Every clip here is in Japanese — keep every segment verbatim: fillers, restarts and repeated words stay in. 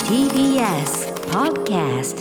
ティービーエス Podcast。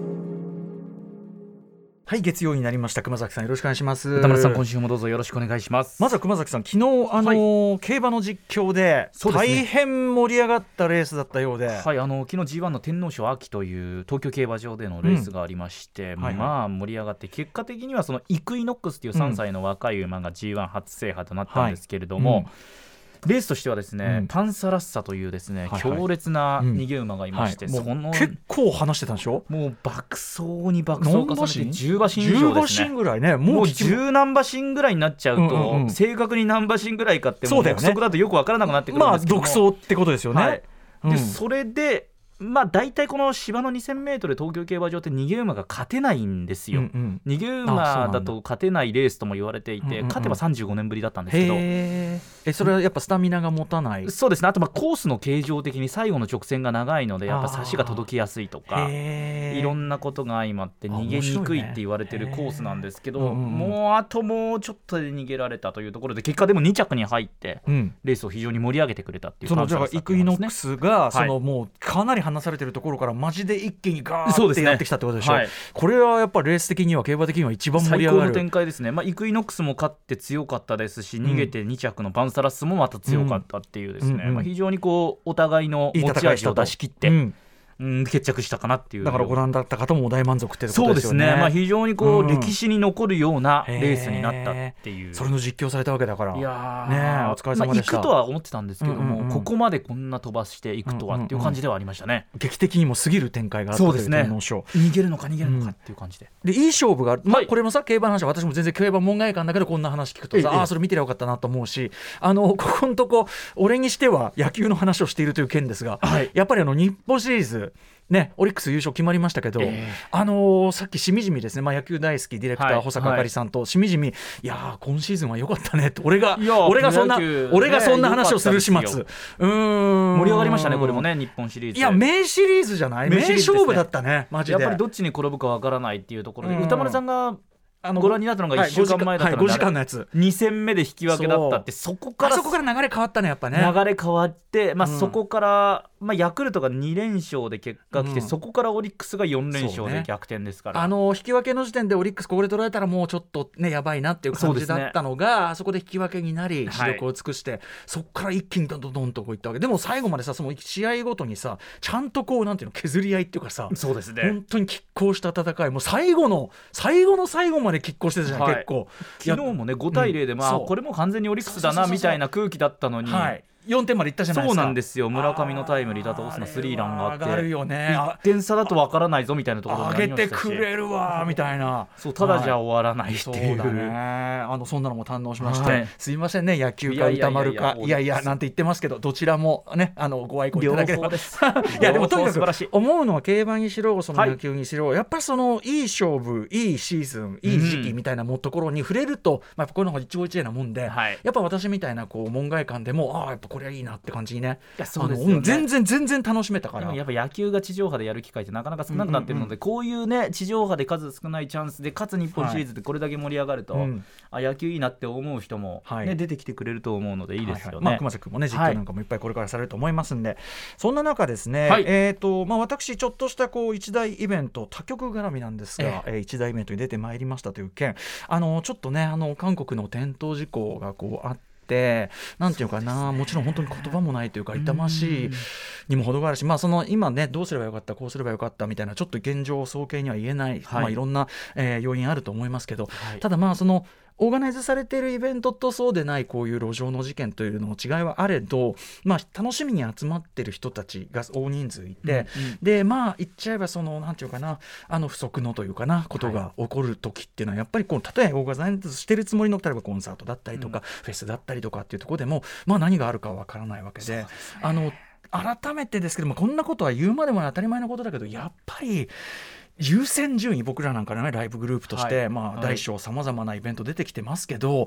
はい、月曜になりました。熊崎さんよろしくお願いします。 歌丸さん今週もどうぞよろしくお願いします。 まずは熊崎さん、昨日あのーはい、競馬の実況で大変盛り上がったレースだったようで、 はい、あの昨日 ジーワン の天皇賞秋という東京競馬場でのレースがありまして、うんはいはい、まあ盛り上がって、結果的にはそのイクイノックスというさんさいの若い馬が ジーワン 初制覇となったんですけれども、はいうんレースとしてはですね、うん、パンサラッサというですね、はいはい、強烈な逃げ馬がいまして、 うんはい、 その結構離してたんでしょ。 もう爆走に爆走を重ねてじゅう馬身以上ですね。 じゅう馬身ぐらいね、 もうじゅう何馬身ぐらいになっちゃうと、うんうんうん、正確に何馬身ぐらいかってもう憶測だとよく分からなくなってくるんですけども、 まあ独走ってことですよね、 はいうん、 でそれでまあ、大体この芝の にせんメートル で東京競馬場って逃げ馬が勝てないんですよ、うんうん、逃げ馬だと勝てないレースとも言われていて、うんうんうん、勝てばさんじゅうごねんぶりだったんですけど、 へえ、それはやっぱスタミナが持たない。 そうですね。あとまあコースの形状的に最後の直線が長いのでやっぱ差しが届きやすいとかいろんなことが相まって逃げにくいって言われてるコースなんですけど、ね、もうあともうちょっとで逃げられたというところで結果でもに着に入ってレースを非常に盛り上げてくれたっていう感じだったんですね。 そのじゃあイクイノックスがそのもうかなり離されてるところからマジで一気にガーってやってきたってことでしょ。 はい、 これはやっぱレース的には競馬的には一番盛り上がる最高の展開ですね。まあ、イクイノックスも勝って強かったですし、うん、逃げてに着のパンサラッスもまた強かったっていうですね、うんうんうんまあ、非常にこうお互いの持ち味を出し切っていいうんうん、決着したかなっていう。 だからご覧だった方も大満足っていうことですよね。 そうですね、まあ、非常にこう、うん、歴史に残るようなレースになったっていう。 それの実況されたわけだから、 いやね、お疲れ様でした。 まあ、行くとは思ってたんですけども、 うんうんうん、 ここまでこんな飛ばしていくとはっていう感じではありましたね、うんうんうん、 劇的にも過ぎる展開があったという天皇賞、 逃げるのか逃げるのかっていう感じで、 うん、でいい勝負が、まあ、これもさ競馬の話は私も全然競馬門外観だけどこんな話聞くとさ、ええ、ああそれ見てりゃよかったなと思うし、あのここのとこ俺にしては野球の話をしているという件ですが、はい、やっぱりあの日本シリーズね、オリックス優勝決まりましたけど、えーあのー、さっきしみじみですね、まあ、野球大好きディレクター、はい、保坂あかりさんとしみじみ、はい、いやー今シーズンは良かったねって俺が俺がそんな、ね、俺がそんな話をする始末、うーん盛り上がりましたねこれもね日本シリーズ。 いや名シリーズじゃない、名勝負だったねマジで。 やっぱりどっちに転ぶかわからないっていうところで、歌丸さんがあのご覧になったのがいっしゅうかんまえだったので、 はい、ごじかんのやつに戦目で引き分けだったって、そこからそこから流れ変わったねやっぱね。 流れ変わって、まあ、そこから、うんまあ、ヤクルトがに連勝で結果来て、うん、そこからオリックスがよん連勝で逆転ですから、 ね、あの引き分けの時点でオリックスここで取られたらもうちょっとねやばいなっていう感じだったのが そ,、ね、そこで引き分けになり死力を尽くして、はい、そこから一気にどんどんどんとこういったわけでも最後までさその試合ごとにさちゃんとこうなんていうの削り合いっていうかさ、 そうですね、 本当に拮抗した戦いもう最後の最後の最後まで拮抗してたじゃん、はい、結構昨日もねごたいゼロで、まあ、これも完全にオリックスだなみたいな空気だったのに、 はいよんてんまでいったじゃないですか。 そうなんですよ。村上のタイムリーだとオスナスリーランがあってあるよ、ね、 いってん差だと分からないぞみたいなところになりましたし、 上げてくれるわみたいな、 そうただじゃ終わらないっていう、はい、 そうだね、あのそんなのも堪能しまして、はい、すいませんね野球か歌丸かいやいやなんて言ってますけどどちらもねあのご愛顧いただければ両方ですいやでもとにかく思うのは競馬にしろその野球にしろ、はい、やっぱりそのいい勝負いいシーズンいい時期みたいなもところに触れると、うんまあ、こういうのが一期一会なもんで、はい、やっぱ私みたいなこう門外観でもああやっぱこれはいいなって感じにね、 いやそうですよね、 あの全然全然楽しめたから。 でもやっぱ野球が地上波でやる機会ってなかなか少なくなってるので、うんうんうん、こういうね地上波で数少ないチャンスでかつ日本シリーズでこれだけ盛り上がると、はいうん、あ野球いいなって思う人も、ねはい、出てきてくれると思うのでいいですよね、はいはいまあ、熊崎君もね実況なんかもいっぱいこれからされると思いますんで、はい、そんな中ですね、はいえーとまあ、私ちょっとしたこう一大イベント他局絡みなんですが、えー、一大イベントに出てまいりましたという件、あのちょっとねあの韓国の転倒事故がこうあってなんていうかな、ね、もちろん本当に言葉もないというか痛ましいにも程があるし、まあ、その今ねどうすればよかったこうすればよかったみたいなちょっと現状早計には言えない、はいまあ、いろんな、えー、要因あると思いますけど、はい、ただまあそのオーガナイズされているイベントとそうでないこういう路上の事件というのの違いはあれど、まあ、楽しみに集まっている人たちが大人数いて、うんうん、でまあ言っちゃえばそのなんていうかなあの不測のというかなことが起こる時っていうのはやっぱりこう例えばオーガナイズしているつもりの例えばコンサートだったりとか、うん、フェスだったりとかっていうところでも、まあ、何があるかわからないわけ で, で、ね、あの改めてですけどもこんなことは言うまでも当たり前のことだけどやっぱり優先順位僕らなんかねライブグループとして、はいまあ、大小さまざまなイベント出てきてますけど、はい、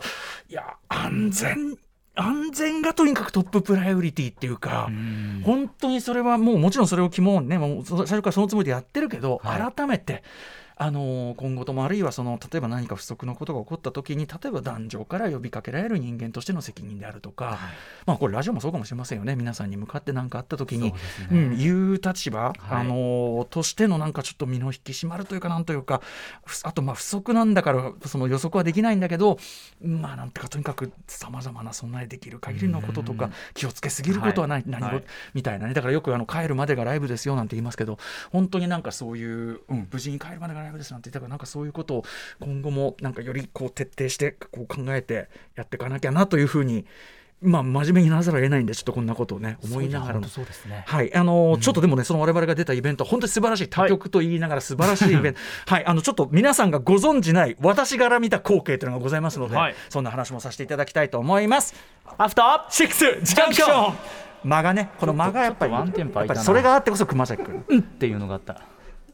いや安全安全がとにかくトッププライオリティっていうか、うん本当にそれはもうもちろんそれを肝をねもう最初からそのつもりでやってるけど、はい、改めてあの今後ともあるいはその例えば何か不測のことが起こった時に例えば壇上から呼びかけられる人間としての責任であるとか、はい、まあ、これラジオもそうかもしれませんよね。皆さんに向かって何かあった時に、う、ね、うん、言う立場、はい、あのとしてのなんかちょっと身の引き締まるというかなんというか、あとまあ不測なんだからその予測はできないんだけど、まあなんてかとにかくさまざまな備えできる限りのこととか気をつけすぎることはない、はい、何も、はい、みたいなね。だからよくあの帰るまでがライブですよなんて言いますけど、本当になんかそういう、うん、無事に帰るまでがライブですなんて言ったから、なんかそういうことを今後もなんかよりこう徹底してこう考えてやっていかなきゃなというふうに、まあ、真面目にならざるを得ないんで、ちょっとこんなことをね思いながらの、 そうですね、 はい、あのーうん、ちょっとでもねその我々が出たイベント本当に素晴らしい、他局と言いながら素晴らしいイベント、はい、はい、あのちょっと皆さんがご存じない私から見た光景というのがございますので、はい、そんな話もさせていただきたいと思います。 アフターシックスジャンクション、間がね、この間がやっぱりワンテンポ空いたな、 やっぱりそれがあってこそ熊崎君うんっていうのがあった。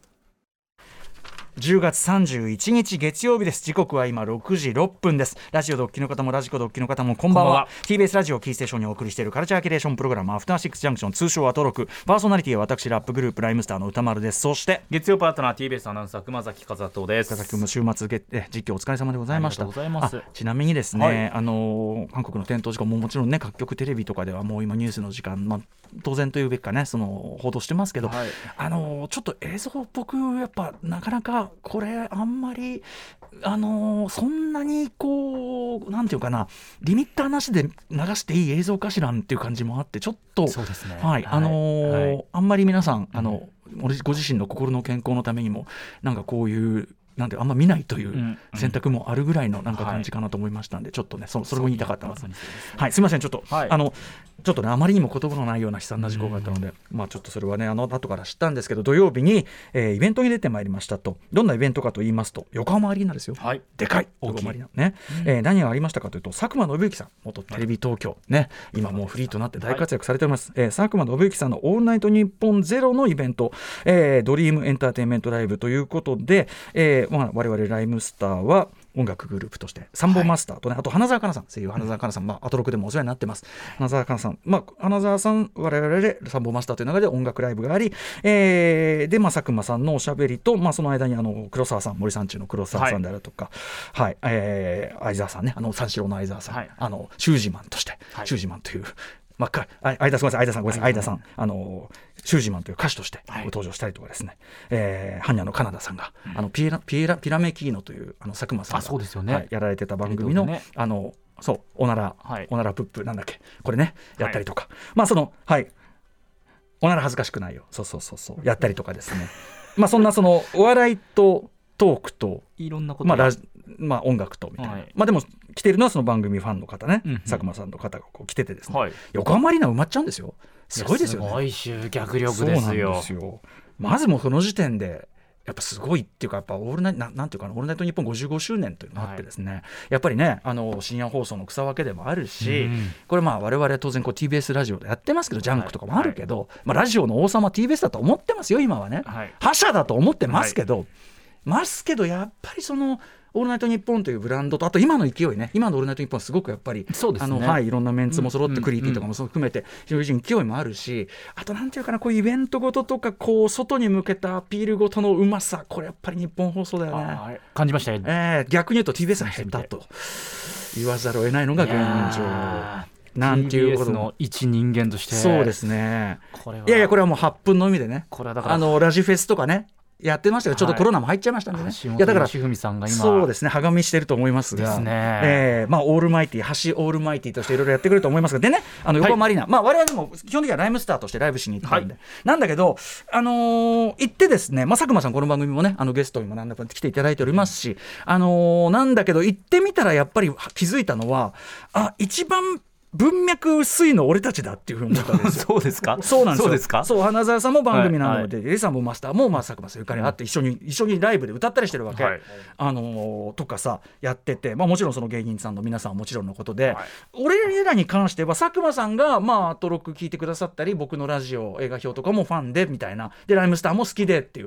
じゅうがつさんじゅういちにち月曜日です。時刻は今ろくじろっぷんです。ラジオドッキの方もラジコドッキの方もこんばんは。 ティービーエス ラジオキーステーションにお送りしているカルチャーキュレーションプログラムアフターシックスジャンクション、通称アトロク。パーソナリティは私ラップグループライムスターの歌丸です。そして月曜パートナー ティービーエス アナウンサー熊崎和人です。 熊崎君も週末月え実況お疲れ様でございました。 ありがとうございます。 ちなみにですね、 はい、 あの韓国の転倒事故ももちろんね各局テレビとかではもう今ニュースの時間、まあ、当然というべきかねその報道してますけど、はい、あのちょっと映像僕やっぱなかなかこれあんまりあのー、そんなにこうなんていうかなリミッターなしで流していい映像かしらんっていう感じもあって、ちょっとそうですね、 はい、あのーはい、あんまり皆さんあの、 うん、 ご自身の心の健康のためにもなんかこういうなんであんま見ないという選択もあるぐらいのなんか感じかなと思いましたんで、はい、ちょっとね そ, それも言いたかったので、はい、すみませんちょっと、はい、あのちょっとねあまりにも言葉のないような悲惨な事故があったので、まあちょっとそれはねあの後から知ったんですけど、土曜日に、えー、イベントに出てまいりましたと。どんなイベントかと言いますと横浜アリーナですよ、はい、でかい横浜アリーナね、うんえー、何がありましたかというと佐久間信之さん元テレビ東京ね、今もうフリーとなって大活躍されております、はいえー、佐久間信之さんのオールナイトニッポンゼロのイベント、えー、ドリームエンターテインメントライブということで、えーまあ、我々ライムスターは音楽グループとしてサンボマスターとね、はい、あと花澤香菜さん声優花澤香菜さん、まあ、アトロクでもお世話になってます花澤香菜さん、まあ、花澤さん我々でサンボマスターという中で音楽ライブがあり、えー、で、まあ、佐久間さんのおしゃべりと、まあ、その間にあの黒沢さん森三中の黒沢さんであるとか、はいはいえー、相沢さんねあの三四郎の相沢さん、はい、あのシュージマンとして、はい、シュージマンというまあ、相田すみません相田さんごめんなさい相田さんあのシュージマンという歌手としてご登場したりとかですね、はいえー、般若のカナダさんが、うん、あのピエラピエラピラメキーノというあの佐久間さんがあそうですよね、 はい、やられてた番組の、ね、あのそうおなら、はい、おならプップなんだっけこれねやったりとか、はい、まあそのはいおなら恥ずかしくないよそうそうそうそうやったりとかですねまあそんなそのお笑いとトークといろんなことまあラジまあ、音楽とみたいな、はい、まあでも来てるのはその番組ファンの方ね、うんうん、佐久間さんの方がこう来ててですね、はい、横浜アリーナ埋まっちゃうんですよ。すごいですよね。 すごい集客力ですよ。 そうなんですよ。まずもうその時点でやっぱすごいっていうかやっぱオールナイト な, なんていうかなオールナイトニッポンごじゅうごしゅうねんというのがあってですね、はい、やっぱりねあの深夜放送の草分けでもあるし、うん、これまあ我々当然こう ティービーエス ラジオでやってますけどジャンクとかもあるけど、はいまあ、ラジオの王様 ティービーエス だと思ってますよ今はね、はい、覇者だと思ってますけど、はい、ますけどやっぱりそのオールナイトニッポンというブランドとあと今の勢いね今のオールナイトニッポンはすごくやっぱりそうですねあの、はい、いろんなメンツも揃って、うん、クリーピーとかも含めて非常に勢いもあるし、あとなんていうかなこうイベントごととかこう外に向けたアピールごとのうまさこれやっぱり日本放送だよね。 感じましたね、 えー、逆に言うと ティービーエス が下手と言わざるを得ないのが現状なんていうことティービーエス の一人間としてそうですねこれはいやいやこれはもうはっぷんのみでねこれはだからあのラジフェスとかねやってましたけどちょっとコロナも入っちゃいましたんでね、はい、いやだから橋文さんが今そうですねはがみしてると思いますがですね、えーまあ、オールマイティ橋オールマイティとしていろいろやってくると思いますがでねあの横浜アリーナ、はいまあ、我々も基本的にはライムスターとしてライブしに行ったんで、はい、なんだけど、あのー、行ってですね、まあ、佐久間さんこの番組もねあのゲストにも何だか来ていただいておりますし、あのー、なんだけど行ってみたらやっぱり気づいたのはあ一番文脈薄いの俺たちだっていうふうに思ったんですよそうですかそうなんですよそうですかそう花澤さんも番組なので、はいはい、レサンボマスターもまあ佐久間さんゆかりがあって一緒に一緒にライブで歌ったりしてるわけ、はい、あのー、とかさやってて、まあ、もちろんその芸人さんの皆さんはもちろんのことで、はい、俺らに関しては佐久間さんがまあ登録聞いてくださったり僕のラジオ映画表とかもファンでみたいなでライムスターも好きでっていう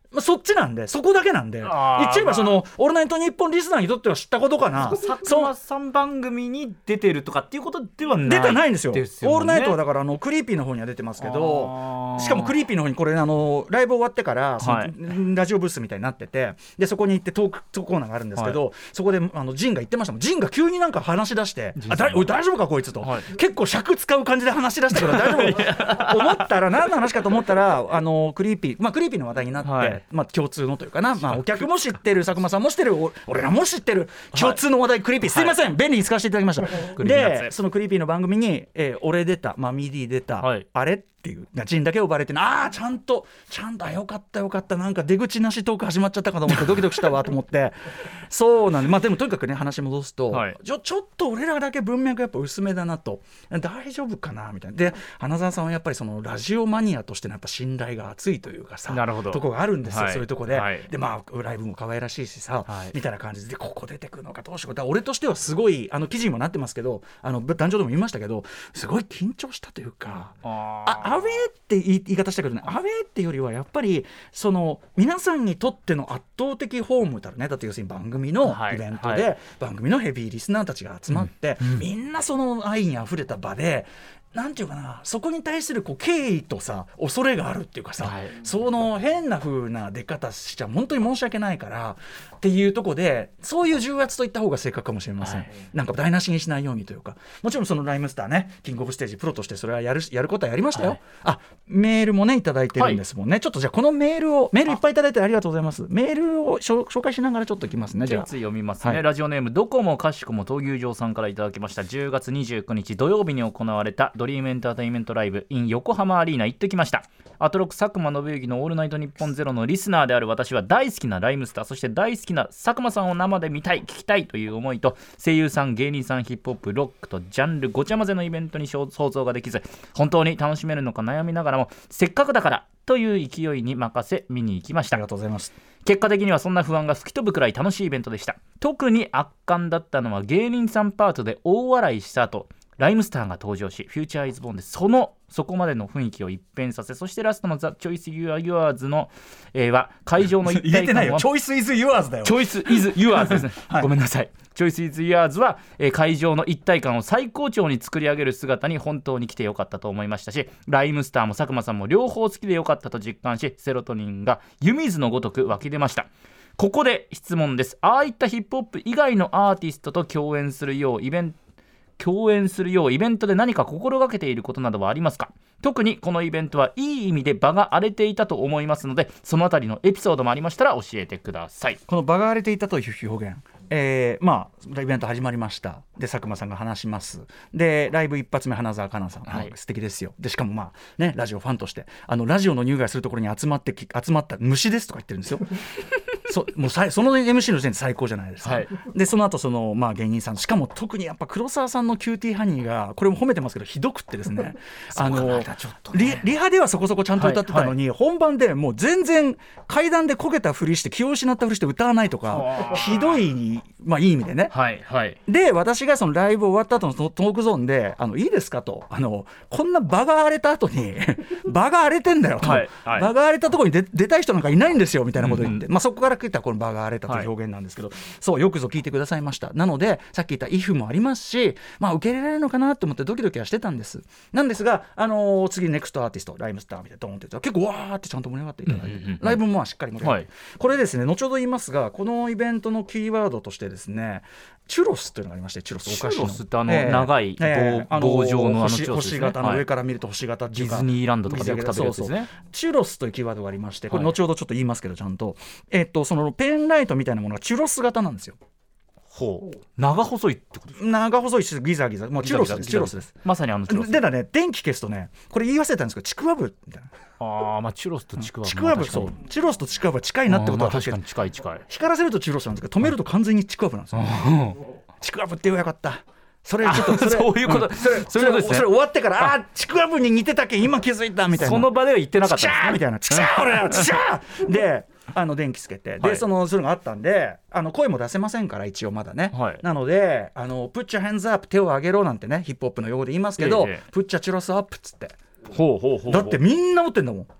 まあ、そっちなんでそこだけなんで言っちゃえばそのオールナイトニッポンリスナーにとっては知ったことかな。 佐久間さん番組に出てるとかっていうことではない出てないんですよ。 ですよね、 オールナイトはだからあのクリーピーの方には出てますけど、しかもクリーピーの方にこれあのライブ終わってからその、はい、ラジオブースみたいになってて、でそこに行ってトークトークコーナーがあるんですけど、はい、そこであのジンが言ってましたもん。ジンが急になんか話し出してあだおい大丈夫かこいつと、はい、結構尺使う感じで話し出したけど大丈夫思ったら何の話かと思ったらあのクリーピー、まあ、クリーピーの話題になって、はい、まあ、共通のというかな、まあ、お客も知ってる佐久間さんも知ってる俺らも知ってる共通の話題、クリーピー、すいません、はい、便利に使わせていただきました。でそのクリーピーの番組に、えー、俺出た、まあ、ミディ出た、はい、あれっていうジンだけ呼ばれて、ああちゃんとちゃんとよかったよかった、なんか出口なしトーク始まっちゃったかと思ってドキドキしたわと思ってそうなんで、まあでもとにかくね話戻すと、はい、ちょちょっと俺らだけ文脈やっぱ薄めだなと、大丈夫かなみたいな。で花澤さんはやっぱりそのラジオマニアとしてのやっぱ信頼が厚いというかさ、なるほどとこがあるんですよ、はい、そういうとこで、はい、でまあライブも可愛らしいしさ、はい、みたいな感じでここ出てくるのかどうしようか、俺としてはすごいあの記事にもなってますけど、あの男女でも言いましたけどすごい緊張したというか、あアウェーって言い方したけどね、アウェーっていうよりはやっぱりその皆さんにとっての圧倒的ホームだろうね。だって要するに番組のイベントで、はいはい、番組のヘビーリスナーたちが集まって、うんうん、みんなその愛にあふれた場でなんていうかな、そこに対するこう敬意とさ恐れがあるっていうかさ、はい、その変な風な出方しちゃ本当に申し訳ないからっていうところで、そういう重圧といった方が正確かもしれません、はい、なんか台無しにしないようにというか。もちろんそのライムスターね、キングオブステージプロとしてそれはやるやることはやりましたよ、はい、あメールもねいただいてるんですもんね、はい、ちょっとじゃあこのメールをメールいっぱいいただいてありがとうございます。メールを紹介しながらちょっといきますね。じゃあつい読みますね、はい、ラジオネームどこもかしこも闘牛場さんからいただきました。じゅうがつにじゅうくにち土曜日に行われたドリームエンターテインメントライブ in 横浜アリーナ行ってきました。アトロク佐久間信之のオールナイトニッポンゼロのリスナーである私は大好きなライムスター、そして大好きな佐久間さんを生で見たい聞きたいという思いと、声優さん芸人さんヒップホップロックとジャンルごちゃ混ぜのイベントに想像ができず、本当に楽しめるのか悩みながらもせっかくだからという勢いに任せ見に行きました。 ありがとうございます。 結果的にはそんな不安が吹き飛ぶくらい楽しいイベントでした。特に圧巻だったのは芸人さんパートで大笑いした後ライムスターが登場し、フューチャーイズボーンでそのそこまでの雰囲気を一変させ、そしてラストのザ・チョイス・ユア・ユアーズの、えー、は会場の一体感を入れてないよ、チョイス・イズ・ユアーズだよ、 チョイス・イズ・ユアーズですね、はい、ごめんなさい。チョイス・イズ・ユアーズは、えー、会場の一体感を最高潮に作り上げる姿に本当に来てよかったと思いましたし、ライムスターも佐久間さんも両方好きでよかったと実感し、セロトニンが湯水のごとく湧き出ました。ここで質問です。ああいったヒップホップ以外のアーティストと共演するようイベント共演するようイベントで何か心がけていることなどはありますか？特にこのイベントはいい意味で場が荒れていたと思いますので、そのあたりのエピソードもありましたら教えてください。 この場が荒れていたという表現、えー、まあイベント始まりました。で佐久間さんが話します。でライブ一発目花澤香菜さん、はい、素敵ですよ。でしかもまあねラジオファンとしてあのラジオの入会するところに集まってき集まった虫ですとか言ってるんですよそ, もうその エムシー の時点で最高じゃないですか、はい、でその後そのまあ芸人さん、しかも特にやっぱ黒沢さんのキューティーハニーがこれも褒めてますけどひどくってですねあのちょっと、ね、リ, リハではそこそこちゃんと歌ってたのに、はいはい、本番でもう全然階段でこけたふりして気を失ったふりして歌わないとかひどい、まあいい意味でね、 はいはい、 で私がそのライブ終わった後のトークゾーンであのいいですかと、あのこんな場が荒れた後に場が荒れてんだよと、はいはい、場が荒れたところに 出, 出たい人なんかいないんですよみたいなことを言って、うんうん、まあ、そこから聞いたこの場が荒れたという表現なんですけど、はい、そうよくぞ聞いてくださいました。なのでさっき言ったイフもありますし、まあ、受け入れられるのかなと思ってドキドキはしてたんですなんですが、あのー、次ネクストアーティストライムスターみたいなドーンって言ったら結構わーってちゃんと盛り上がっていただいて、うんうんうん、ライブもまあしっかり盛り上がって、はい、これですね後ほど言いますが、このイベントのキーワードとしてですねチュロスというのがありまして、チュロスお菓子のチュロスってあの長い棒、えー、棒状のあのチュロスですね、 星型の上から見ると星型っていうか、 ディズニーランドとかでよく食べるやつですね。そうそうチュロスというキーワードがありまして、これ後ほどちょっと言いますけどちゃんと、えー、っとそのペンライトみたいなものがチュロス型なんですよ。 ほう長細いってことですか？ 長細いしギザギザ、もうチュロスです、チュロスです。 まさにあのチュロスでだね、電気消すとね、これ言い忘れたんですけどちくわぶみたいな、 ああまあチュロスとちくわぶ、 ちくわぶ、そうチュロスとちくわぶは近いなってことは確かに近い近い。 光らせるとチュロスなんですけど止めると完全にちくわぶなんですよ。ちくわぶって言えばよかった。それちょっとそれそういうこと、 うん、それそれそういうことですね。それ終わってからあちくわぶに似てたけん今気づいたみたいな、 その場では言ってなかったんですねみたいな、ちくしゃー俺ちくしゃーであの電気つけて、で、はい、そのそういうのがあったんで、あの声も出せませんから一応まだね、はい、なのであのプッチャヘンズアップ手を上げろなんてねヒップホップの用語で言いますけど、ええ、プッチャチュロスアップっつって、 ほうほうほうほう、 だってみんな持ってんだもん。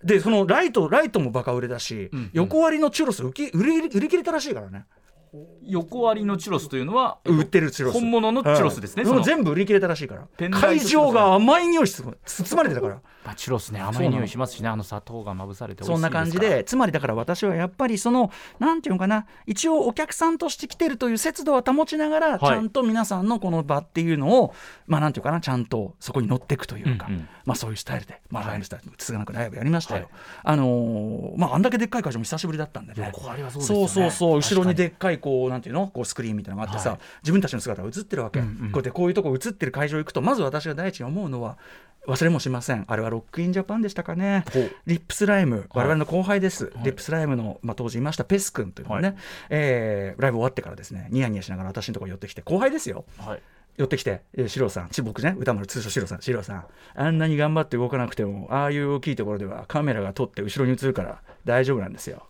でそのライトライトもバカ売れだし、うんうん、横割りのチュロス売り売り売り切れたらしいからね。 横割りのチュロスというのは売ってるチュロス、 本物のチュロスですね、 はい、全部売り切れたらしいから、会場が甘い匂いし包まれてたからまあ、チュロスね甘い匂いしますしね、あの砂糖がまぶされて美味しいですから。 そんな感じで、つまりだから私はやっぱりそのなんていうのかな、一応お客さんとして来てるという節度は保ちながら、はい、ちゃんと皆さんのこの場っていうのをまあなんていうかな、ちゃんとそこに乗っていくというか、うんうん、まあそういうスタイルで、まあ、ライブスタイルつがなくライブやりましたよ、はい、あのー、まああんだけでっかい会場も久しぶりだったんでね。 横割りはそうですよね。 そうそうそう、後ろにでっかいこうなんていうのこうスクリーンみたいなのがあってさ、はい、自分たちの姿が映ってるわけ、うんうん、こうやってこういうとこ映ってる会場行くと、まず私が第一に思うのは忘れもしません、あれはロックインジャパンでしたかね、リップスライム、我々の後輩です、はい、リップスライムの、まあ、当時いましたペス君というのね、はい、えー、ライブ終わってからですねニヤニヤしながら私のところに寄ってきて、後輩ですよ、はい、寄ってきて、えー、シロさん、僕ね歌丸通称シロさん、シロさんあんなに頑張って動かなくてもああいう大きいところではカメラが撮って後ろに映るから大丈夫なんですよ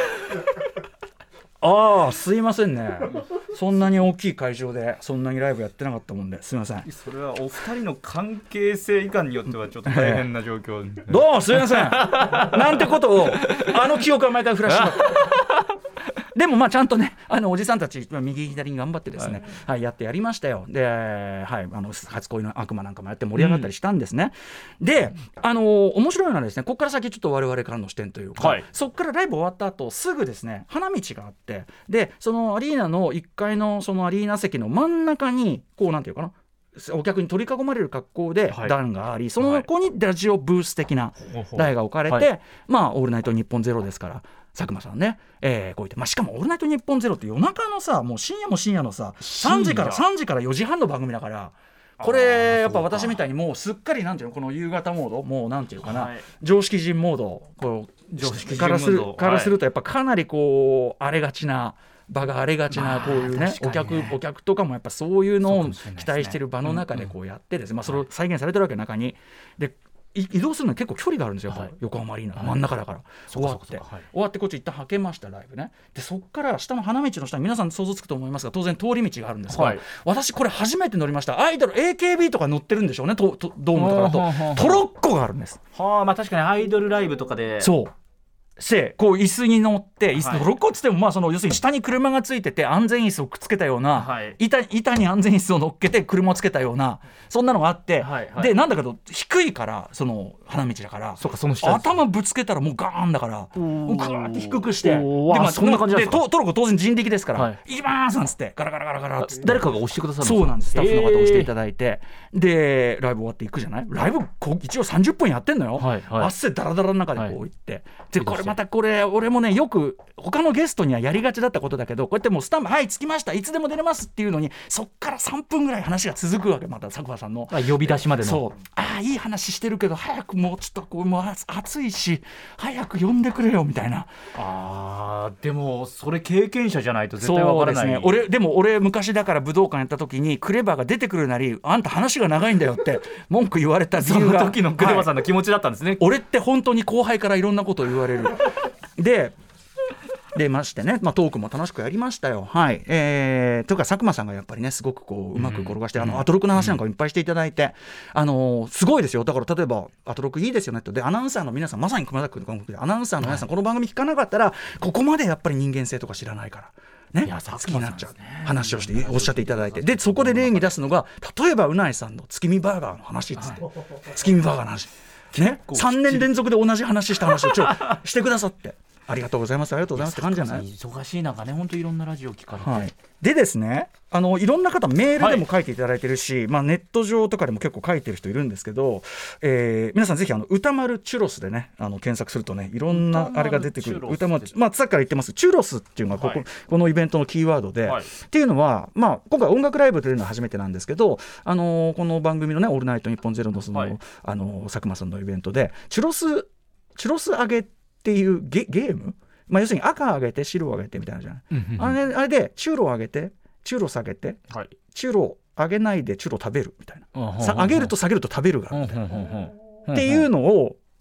ああすいませんねそんなに大きい会場でそんなにライブやってなかったもんですいません。 それはお二人の関係性以下によってはちょっと大変な状況、えー、どうもすいませんなんてことをあの記憶は毎回フラッシュバックでもまあちゃんとねあのおじさんたち右左に頑張ってですね、はいはい、やってやりましたよ。で、はい、あの初恋の悪魔なんかもやって盛り上がったりしたんですね、うん、であの面白いのはですね、ここから先ちょっと我々からの視点というか、はい、そこからライブ終わった後すぐですね花道があって、でそのアリーナのいっかいのそのアリーナ席の真ん中にこうなんていうかな、お客に取り囲まれる格好で段があり、はい、その横にラジオブース的な台が置かれて、はい、まあオールナイトニッポンゼロですから佐久間さんね、えー、こう言って、まあ、しかもオールナイトニッポンゼロって夜中のさ、もう深夜も深夜のささんじからさんじからよじはんの番組だから、これやっぱ私みたいにもうすっかりなんていうの、この夕方モード、もうなんていうかな、はい、常識人モード、こう常識人からする、からするとやっぱかなりこう荒れがちな場が荒れがちなこういう ね,、まあ、ねお客お客とかもやっぱそういうのを期待している場の中でこうやってですね、まあそれを再現されてるわけ中にで。移動するのに結構距離があるんですよ、はい、横浜アリーナ真ん中だから、はい、終わって、はい、終わってこっち一旦はけましたライブね。でそっから下の花道の下に皆さん想像つくと思いますが当然通り道があるんですが、はい、私これ初めて乗りました。アイドル エーケービー とか乗ってるんでしょうね、ととドームとかだとトロッコがあるんです。 はあ、まあ確かにアイドルライブとかでそうせこう椅子に乗って椅子、はい、トロッコっつってもまあその要するに下に車がついてて安全椅子をくっつけたような、はい、板, 板に安全椅子を乗っけて車をつけたようなそんなのがあって、はいはい、でなんだけど低いからその花道だからそうかその下頭ぶつけたらもうガーンだからもうガーンって低くしてで、 まあ、そんな感じでトロッコ当然人力ですから、はい、行きますなんつってガラガラガラガラっつって誰かが押してくださるんですか。 そうなんです、スタッフの方押していただいて、でライブ終わっていくじゃない。ライブ一応さんじゅっぷんやってんのよ、はいはい、汗だらだらの中でこう行って、はい、でこれまたこれ俺もねよく他のゲストにはやりがちだったことだけど、こうやってもうスタンバイはい着きましたいつでも出れますっていうのにそっからさんぷんぐらい話が続くわけ。また佐久間さんの呼び出しまでのそうああいい話してるけど早くもうちょっとこうもう暑いし早く呼んでくれよみたいな。 あでもそれ経験者じゃないと絶対わからない。 そうですね、俺でも俺昔だから武道館やった時にクレバーが出てくるなりあんた話が長いんだよって文句言われた理由がその時のクレバーさんの気持ちだったんですね、はい、 俺って本当に後輩からいろんなことを言われるででましてね、まあ、トークも楽しくやりましたよ。はい、えー、というか佐久間さんがやっぱりねすごくこううまく転がして、うん、あのアトロクの話なんかもいっぱいしていただいて、うん、あのー、すごいですよ。だから例えばアトロクいいですよねってでアナウンサーの皆さんまさに熊田君のアナウンサーの皆さん、はい、この番組聞かなかったらここまでやっぱり人間性とか知らないからね、好きになっちゃう、ね、話をしておっしゃっていただいて、でそこで例に出すのが例えばうないさんの月見バーガーの話っつって、はい、月見バーガーの話ね、さんねん連続で同じ話した話をちょしてくださってありがとうございますありがとうございますって感じじゃない。 忙しい中ね本当いろんなラジオ聞かれて、はい、 でですねあのいろんな方メールでも書いていただいてるし、はいまあ、ネット上とかでも結構書いてる人いるんですけど、えー、皆さんぜひあの歌丸チュロスでねあの検索するとねいろんなあれが出てくる。歌丸まあさっきから言ってますチュロスっていうのがここ、はい、このイベントのキーワードで、はい、っていうのは、まあ、今回音楽ライブというのは初めてなんですけど、あのー、この番組のねオールナイトニッポンゼロのその、はい、あのー、佐久間さんのイベントでチュロスチュロス上げっていう ゲ, ゲームまあ、要するに赤上げて白上げてみたいなじゃない、うんうんうん、あ, れあれでチューロ上げてチューロ下げて、はい、チューロ上げないでチューロ食べるみたいな、うんうんうん、上げると下げると食べるがあるみたいな、うんうんうん、っていうのを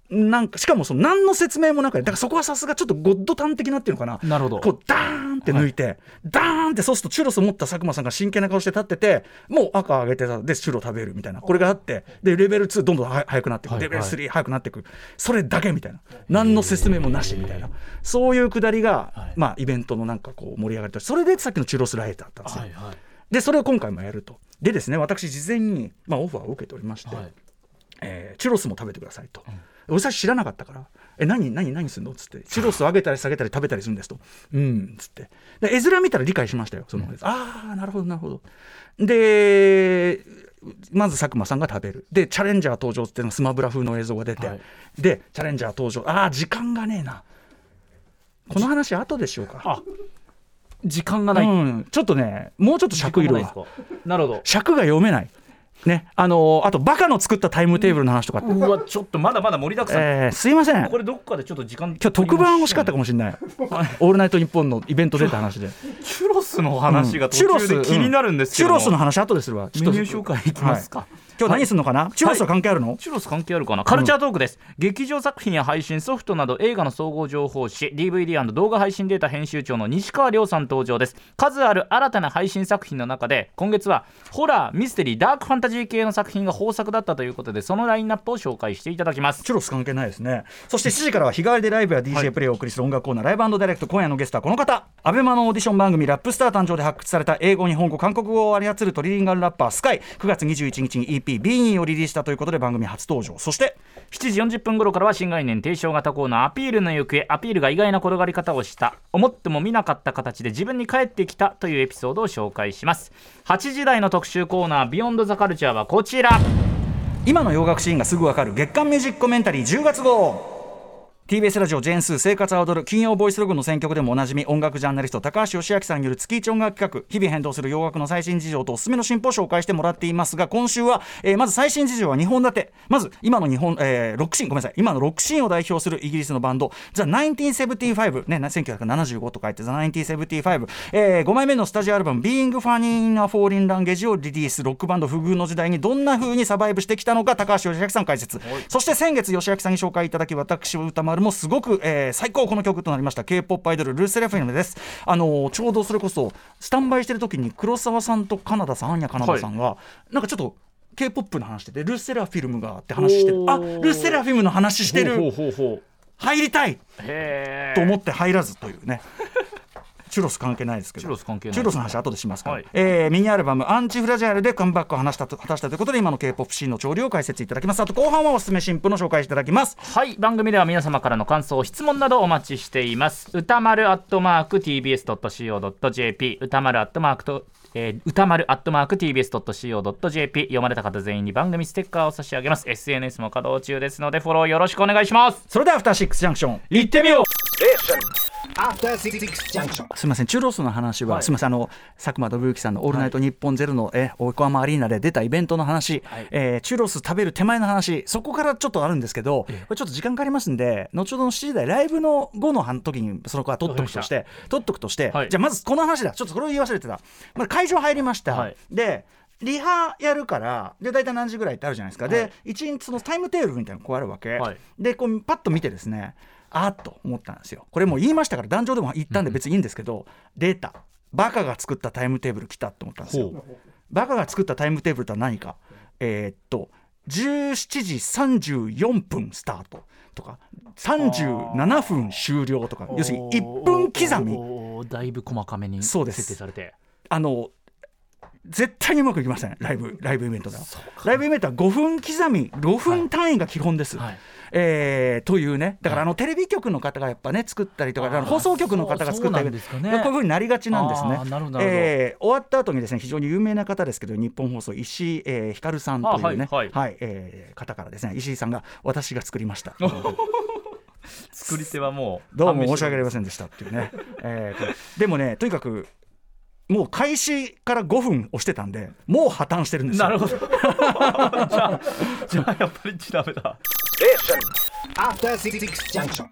なんかしかもその何の説明もなく、だからそこはさすがちょっとゴッドタン的なっていうのかな、 なるほど、 こうダーンって抜いて、はい、ダーンってそうするとチュロス持った佐久間さんが真剣な顔して立ってて、もう赤上げてたでチュロ食べるみたいな、これがあって、でレベルツーどんどん速くなっていく、はいはい、レベルスリー速くなっていく、それだけみたいな、何の説明もなしみたいな、そういうくだりが、はい、まあイベントのなんかこう盛り上がりと、それでさっきのチュロスライターだったんですよ、はいはい、でそれを今回もやると。でですね、私事前に、まあ、オファーを受けておりまして、はい、えー、チュロスも食べてくださいと、うん、俺最初知らなかったからえ何何何するのっつって、チュロスを上げたり下げたり食べたりするんですと、うんっつってで絵面見たら理解しましたよその、うん、ああなるほどなるほど。でまず佐久間さんが食べる、でチャレンジャー登場っていうのスマブラ風の映像が出て、はい、でチャレンジャー登場、ああ時間がねえな、この話後でしようか。あ時間がない、うん、 ちょっとねもうちょっと尺いるわ。 なるほど、 尺が読めないね、あのー、あとバカの作ったタイムテーブルの話とかって、 うわちょっとまだまだ盛りだくさん、 えー、すいません、 これどっかでちょっと時間今日特番欲しかったかもしれないオールナイトニッポンのイベント出た話でチュロスの話が途中で気になるんですけど、 うん、チュロスの話後でするわ。 メニュー紹介いきますか、はい、 今日何するのかな、はい、チュロスは関係あるの？ チュロス関係あるかな。カルチャートークです、うん、劇場作品や配信ソフトなど映画の総合情報誌 ディーブイディー& 動画配信データ編集長の西川亮さん登場です。数ある新たな配信作品の中で今月はホラーミステリーダークファンタジー系の作品が豊作だったということで、そのラインナップを紹介していただきます。 チュロス関係ないですね。そしてしちじからは日替わりでライブや ディージェー プレイをお送りする音楽コーナー、はい、ライブ&ダイレクト。今夜のゲストはこの方、アベマのオーディション番組ラップスター誕生で発掘された英語日本語韓国語を操るトリリンガルラッパースカイ、くがつにじゅういちにちに イーピー ビーニー をリリースしたということで番組初登場。そしてしちじよんじゅっぷん頃からは新概念提唱型コーナーアピールの行方。アピールが意外な転がり方をした、思っても見なかった形で自分に返ってきたというエピソードを紹介します。はちじ台の特集コーナービヨンドザカルチャーはこちら、 今の洋楽シーンがすぐわかる月刊ミュージックコメンタリーじゅうがつ号。ティービーエス ラジオジェーンスー生活は踊る金曜ボイスログの選曲でもおなじみ、音楽ジャーナリスト高橋義明さんによる月一音楽企画、日々変動する洋楽の最新事情とおすすめの進歩を紹介してもらっていますが、今週は、えー、まず最新事情はにほん立て。まず今の日本、えー、ロックシーンごめんなさい今のロックシーンを代表するイギリスのバンドザ・ナインティーンセブンティーファイブ、ね、せんきゅうひゃくななじゅうごと書いてザ・ナインティーンセブンティーファイブ、えー、ごまいめのスタジオアルバム Being Funny in a Foreign Language をリリース。ロックバンド不遇の時代にどんな風にサバイブしてきたのか高橋義明さん解説。そして先月義明さんに紹介いただき、私歌丸もすごく、えーえー、最高この曲となりました K-ポップ アイドルルーセラフィムです。あのー、ちょうどそれこそスタンバイしてる時に黒沢さんとカナダさん、アンニャカナダさんが、はい、なんかちょっと K-ポップ の話でルーセラフィムがって話してる、あルーセラフィムの話してる、ほうほうほう、入りたいと思って入らずというねチュロス関係ないですけど、 チュロス関係ない、 チュロスの話後でしますから、 はい、 えー、ミニアルバムアンチフラジャイルでカムバックを果たしたと果たしたということで、今の K-ポップ シーンの潮流を解説いただきます。あと後半はおすすめ新譜の紹介いただきます。 はい、番組では皆様からの感想質問などお待ちしています。歌丸アットマーク ティービーエスドットシーオードットジェーピー 歌丸アットマークとえー、歌丸アットマーク ティービーエスドットシーオードットジェーピー 読まれた方全員に番組ステッカーを差し上げます。 エスエヌエス も稼働中ですのでフォローよろしくお願いします。 それではアフターシックスジャンクション行ってみよう。すみません、チュロスの話は、はい、すみません、あの佐久間信之さんのオールナイトニッポンゼロの、はい、え横浜アリーナで出たイベントの話、はい、えー、チュロス食べる手前の話、そこからちょっとあるんですけど、ええ、これちょっと時間かかりますんで、後ほどのしちじ台ライブの後の時にその子は取っとくとして取っとくとして、はい、じゃあまずこの話だ、ちょっとそれを言い忘れてた、まあ、会場入りました、はい、でリハやるからで大体何時ぐらいってあるじゃないですか、はい、で一日そのタイムテーブルみたいなのこうあるわけ、はい、でこうパッと見てですね、あーっと思ったんですよ。これもう言いましたから壇上でも言ったんで別にいいんですけど、うん、データバカが作ったタイムテーブル来たと思ったんですよ。バカが作ったタイムテーブルとは何か、えー、っとじゅうしちじさんじゅうよんぷんスタートとかさんじゅうななふん終了とか、要するにいっぷん刻み、 だいぶ細かめに設定されて、 あの絶対にうまくいきません。ライブライブイベントではライブイベントはごふん刻みごふん単位が基本です、はいはい、えー、というね、だからあのテレビ局の方がやっぱね作ったりとか、放送局の方が作ったり、ね、こういう風になりがちなんですね。えー、終わった後にですね、非常に有名な方ですけど、日本放送石井、えー、光さんというね、はいはい、えー、方からですね、石井さんが私が作りました作り手はもうどうも申し訳ありませんでしたっていうね、えー、でもね、とにかくもう開始からごふん押してたんで、もう破綻してるんですよ。 なるほどじゃあ、じゃあやっぱりダメだ。After シックス junction